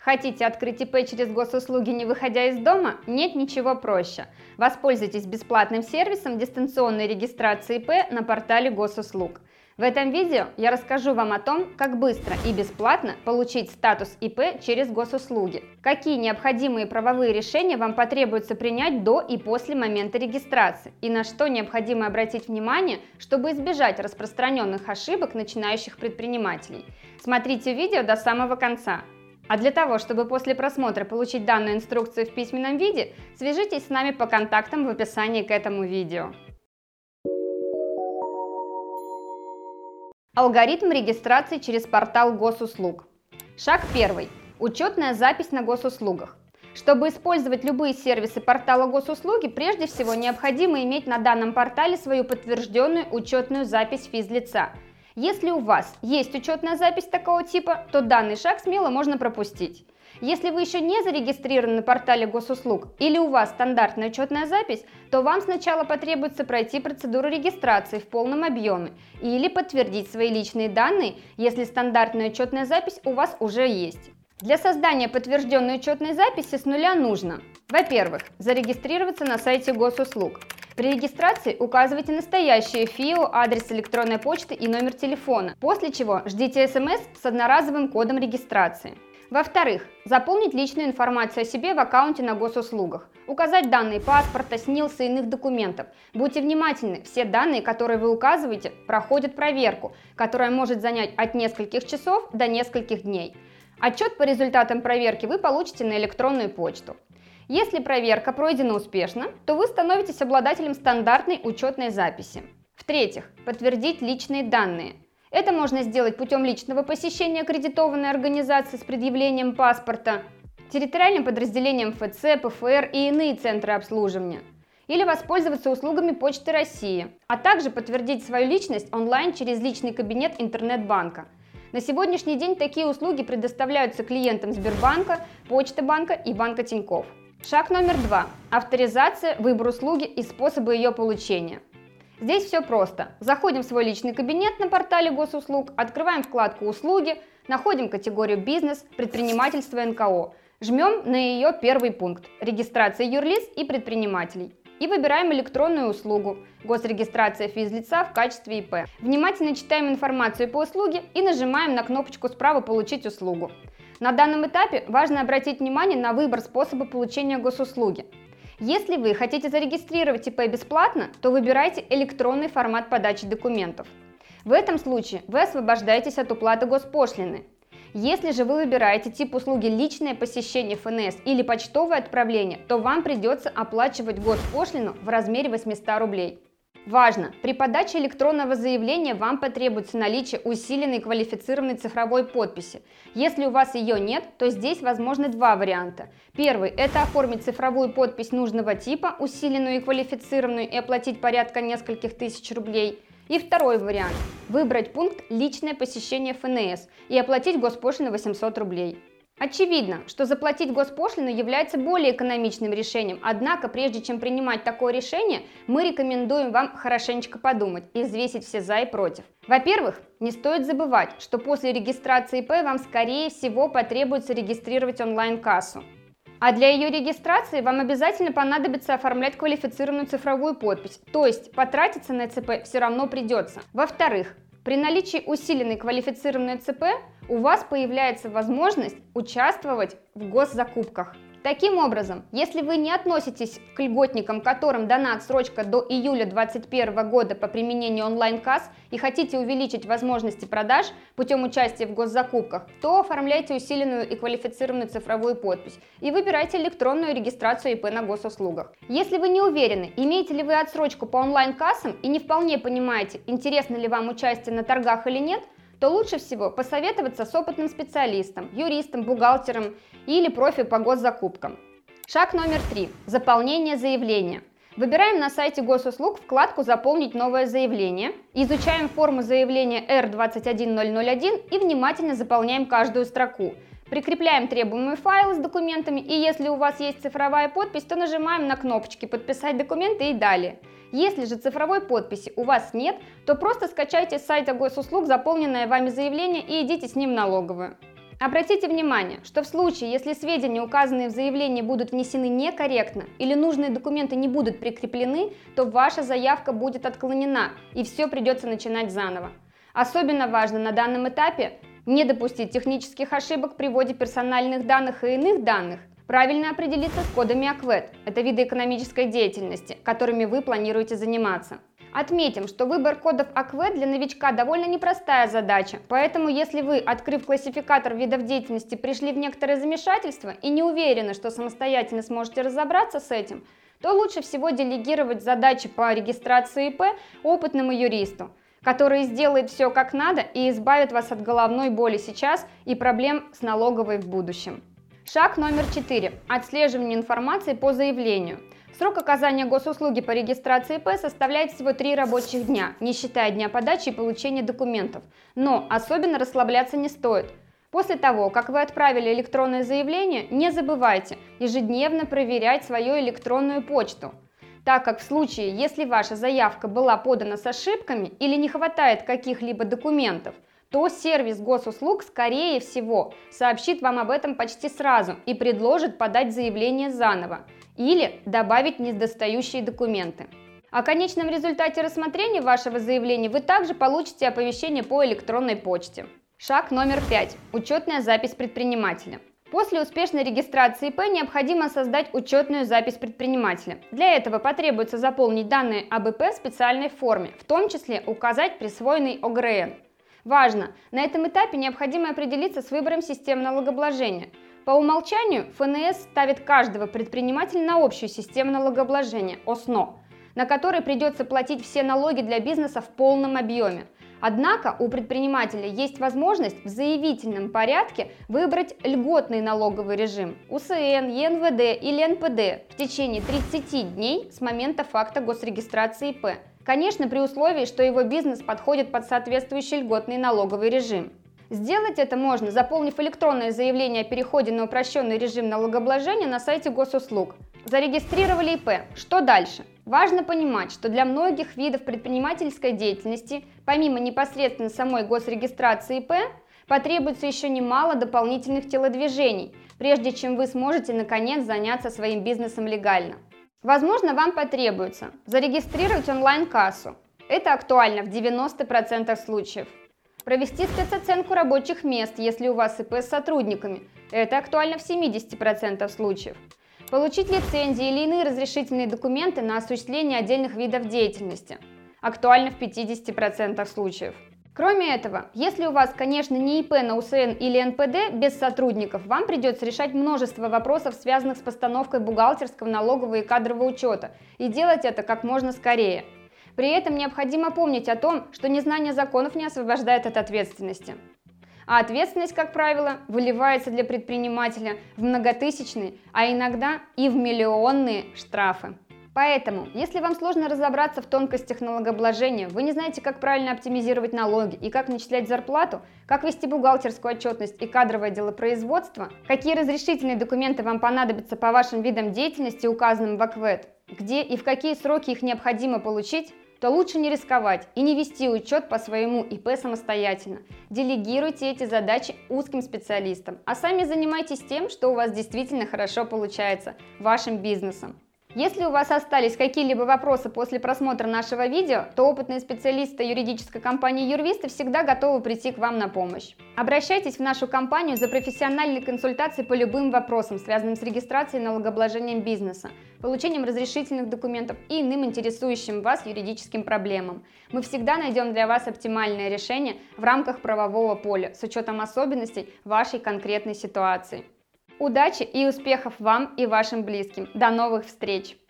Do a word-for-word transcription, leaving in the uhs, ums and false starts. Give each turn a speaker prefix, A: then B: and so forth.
A: Хотите открыть ИП через госуслуги, не выходя из дома? Нет ничего проще. Воспользуйтесь бесплатным сервисом дистанционной регистрации ИП на портале госуслуг. В этом видео я расскажу вам о том, как быстро и бесплатно получить статус ИП через госуслуги, какие необходимые правовые решения вам потребуется принять до и после момента регистрации, и на что необходимо обратить внимание, чтобы избежать распространенных ошибок начинающих предпринимателей. Смотрите видео до самого конца. А для того, чтобы после просмотра получить данную инструкцию в письменном виде, свяжитесь с нами по контактам в описании к этому видео. Алгоритм регистрации через портал госуслуг. Шаг первый. Учетная запись на госуслугах. Чтобы использовать любые сервисы портала госуслуги, прежде всего необходимо иметь на данном портале свою подтвержденную учетную запись физлица. Если у вас есть учетная запись такого типа, то данный шаг смело можно пропустить. Если вы еще не зарегистрированы на портале госуслуг или у вас стандартная учетная запись, то вам сначала потребуется пройти процедуру регистрации в полном объеме или подтвердить свои личные данные, если стандартная учетная запись у вас уже есть. Для создания подтвержденной учетной записи с нуля нужно, во-первых, зарегистрироваться на сайте госуслуг. При регистрации указывайте настоящее ФИО, адрес электронной почты и номер телефона, после чего ждите смс с одноразовым кодом регистрации. Во-вторых, заполнить личную информацию о себе в аккаунте на госуслугах, указать данные паспорта, СНИЛСа и иных документов. Будьте внимательны, все данные, которые вы указываете, проходят проверку, которая может занять от нескольких часов до нескольких дней. Отчет по результатам проверки вы получите на электронную почту. Если проверка пройдена успешно, то вы становитесь обладателем стандартной учетной записи. В-третьих, подтвердить личные данные. Это можно сделать путем личного посещения аккредитованной организации с предъявлением паспорта, территориальным подразделением ФЦ, ПФР и иные центры обслуживания, или воспользоваться услугами Почты России, а также подтвердить свою личность онлайн через личный кабинет интернет-банка. На сегодняшний день такие услуги предоставляются клиентам Сбербанка, Почты банка и Банка Тинькофф. Шаг номер два. Авторизация, выбор услуги и способы ее получения. Здесь все просто. Заходим в свой личный кабинет на портале госуслуг, открываем вкладку «Услуги», находим категорию «Бизнес», «Предпринимательство», эн ка о», жмем на ее первый пункт «Регистрация юрлиц и предпринимателей» и выбираем электронную услугу «Госрегистрация физлица в качестве ИП». Внимательно читаем информацию по услуге и нажимаем на кнопочку справа «Получить услугу». На данном этапе важно обратить внимание на выбор способа получения госуслуги. Если вы хотите зарегистрировать ИП бесплатно, то выбирайте электронный формат подачи документов. В этом случае вы освобождаетесь от уплаты госпошлины. Если же вы выбираете тип услуги личное посещение эф эн эс или почтовое отправление, то вам придется оплачивать госпошлину в размере восьмисот рублей. Важно! При подаче электронного заявления вам потребуется наличие усиленной квалифицированной цифровой подписи. Если у вас ее нет, то здесь возможны два варианта. Первый – это оформить цифровую подпись нужного типа, усиленную и квалифицированную, и оплатить порядка нескольких тысяч рублей. И второй вариант – выбрать пункт «Личное посещение эф эн эс» и оплатить госпошлину восемьсот рублей. Очевидно, что заплатить госпошлину является более экономичным решением, однако прежде чем принимать такое решение, мы рекомендуем вам хорошенечко подумать и взвесить все за и против. Во-первых, не стоит забывать, что после регистрации ИП вам скорее всего потребуется регистрировать онлайн-кассу. А для ее регистрации вам обязательно понадобится оформлять квалифицированную цифровую подпись, то есть потратиться на ЦП все равно придется. Во-вторых, при наличии усиленной квалифицированной ЦП у вас появляется возможность участвовать в госзакупках. Таким образом, если вы не относитесь к льготникам, которым дана отсрочка до июля две тысячи двадцать первого года по применению онлайн-касс и хотите увеличить возможности продаж путем участия в госзакупках, то оформляйте усиленную и квалифицированную цифровую подпись и выбирайте электронную регистрацию ИП на госуслугах. Если вы не уверены, имеете ли вы отсрочку по онлайн-кассам и не вполне понимаете, интересно ли вам участие на торгах или нет, то лучше всего посоветоваться с опытным специалистом, юристом, бухгалтером или профи по госзакупкам. Шаг номер три. Заполнение заявления. Выбираем на сайте госуслуг вкладку «Заполнить новое заявление», изучаем форму заявления эр двадцать один ноль ноль один и внимательно заполняем каждую строку. Прикрепляем требуемые файлы с документами, и если у вас есть цифровая подпись, то нажимаем на кнопочки «Подписать документы» и далее. Если же цифровой подписи у вас нет, то просто скачайте с сайта госуслуг заполненное вами заявление и идите с ним в налоговую. Обратите внимание, что в случае, если сведения, указанные в заявлении, будут внесены некорректно или нужные документы не будут прикреплены, то ваша заявка будет отклонена и все придется начинать заново. Особенно важно на данном этапе не допустить технических ошибок при вводе персональных данных и иных данных, правильно определиться с кодами АКВЭД, это виды экономической деятельности, которыми вы планируете заниматься. Отметим, что выбор кодов АКВЭД для новичка довольно непростая задача, поэтому если вы, открыв классификатор видов деятельности, пришли в некоторое замешательство и не уверены, что самостоятельно сможете разобраться с этим, то лучше всего делегировать задачи по регистрации ИП опытному юристу, который сделает все как надо и избавит вас от головной боли сейчас и проблем с налоговой в будущем. Шаг номер четыре. Отслеживание информации по заявлению. Срок оказания госуслуги по регистрации ИП составляет всего три рабочих дня, не считая дня подачи и получения документов. Но особенно расслабляться не стоит. После того, как вы отправили электронное заявление, не забывайте ежедневно проверять свою электронную почту, так как в случае, если ваша заявка была подана с ошибками или не хватает каких-либо документов, то сервис госуслуг, скорее всего, сообщит вам об этом почти сразу и предложит подать заявление заново или добавить недостающие документы. О конечном результате рассмотрения вашего заявления вы также получите оповещение по электронной почте. Шаг номер пять. Учетная запись предпринимателя. После успешной регистрации ИП необходимо создать учетную запись предпринимателя. Для этого потребуется заполнить данные об ИП в специальной форме, в том числе указать присвоенный О Г Р Н. Важно! На этом этапе необходимо определиться с выбором системы налогообложения. По умолчанию Эф Эн Эс ставит каждого предпринимателя на общую систему налогообложения О С Н О, на которой придется платить все налоги для бизнеса в полном объеме. Однако у предпринимателя есть возможность в заявительном порядке выбрать льготный налоговый режим У С Н, Е Н В Д или Н П Д в течение тридцати дней с момента факта госрегистрации И П. Конечно, при условии, что его бизнес подходит под соответствующий льготный налоговый режим. Сделать это можно, заполнив электронное заявление о переходе на упрощенный режим налогообложения на сайте госуслуг. Зарегистрировали И П. Что дальше? Важно понимать, что для многих видов предпринимательской деятельности, помимо непосредственно самой госрегистрации И П, потребуется еще немало дополнительных телодвижений, прежде чем вы сможете наконец заняться своим бизнесом легально. Возможно, вам потребуется зарегистрировать онлайн-кассу. Это актуально в девяноста процентах случаев. Провести спецоценку рабочих мест, если у вас И П с сотрудниками. Это актуально в семидесяти процентах случаев. Получить лицензии или иные разрешительные документы на осуществление отдельных видов деятельности. Актуально в пятидесяти процентах случаев. Кроме этого, если у вас, конечно, не И П на У С Н или Н П Д без сотрудников, вам придется решать множество вопросов, связанных с постановкой бухгалтерского, налогового и кадрового учета, и делать это как можно скорее. При этом необходимо помнить о том, что незнание законов не освобождает от ответственности. А ответственность, как правило, выливается для предпринимателя в многотысячные, а иногда и в миллионные штрафы. Поэтому, если вам сложно разобраться в тонкостях налогообложения, вы не знаете, как правильно оптимизировать налоги и как начислять зарплату, как вести бухгалтерскую отчетность и кадровое делопроизводство, какие разрешительные документы вам понадобятся по вашим видам деятельности, указанным в АКВЭД, где и в какие сроки их необходимо получить, то лучше не рисковать и не вести учет по своему И П самостоятельно. Делегируйте эти задачи узким специалистам, а сами занимайтесь тем, что у вас действительно хорошо получается, вашим бизнесом. Если у вас остались какие-либо вопросы после просмотра нашего видео, то опытные специалисты юридической компании Юрвиста всегда готовы прийти к вам на помощь. Обращайтесь в нашу компанию за профессиональной консультацией по любым вопросам, связанным с регистрацией и налогообложением бизнеса, получением разрешительных документов и иным интересующим вас юридическим проблемам. Мы всегда найдем для вас оптимальное решение в рамках правового поля с учетом особенностей вашей конкретной ситуации. Удачи и успехов вам и вашим близким. До новых встреч!